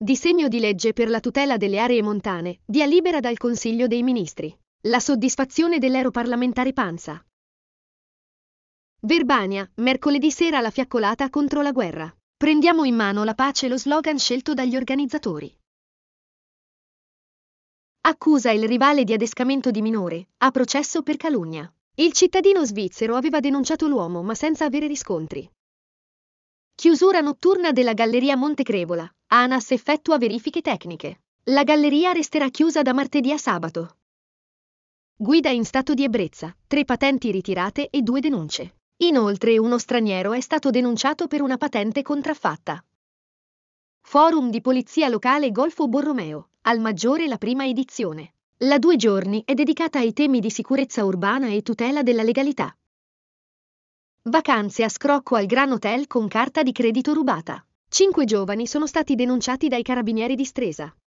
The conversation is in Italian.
Disegno di legge per la tutela delle aree montane, via libera dal Consiglio dei Ministri. La soddisfazione dell'europarlamentare Panza. Verbania, mercoledì sera la fiaccolata contro la guerra. Prendiamo in mano la pace, lo slogan scelto dagli organizzatori. Accusa il rivale di adescamento di minore, a processo per calunnia. Il cittadino svizzero aveva denunciato l'uomo ma senza avere riscontri. Chiusura notturna della Galleria Montecrevola. ANAS effettua verifiche tecniche. La galleria resterà chiusa da martedì a sabato. Guida in stato di ebbrezza, 3 patenti ritirate e 2 denunce. Inoltre uno straniero è stato denunciato per una patente contraffatta. Forum di polizia locale Golfo Borromeo, al Maggiore la prima edizione. La 2 giorni è dedicata ai temi di sicurezza urbana e tutela della legalità. Vacanze a scrocco al Gran Hotel con carta di credito rubata. 5 giovani sono stati denunciati dai carabinieri di Stresa.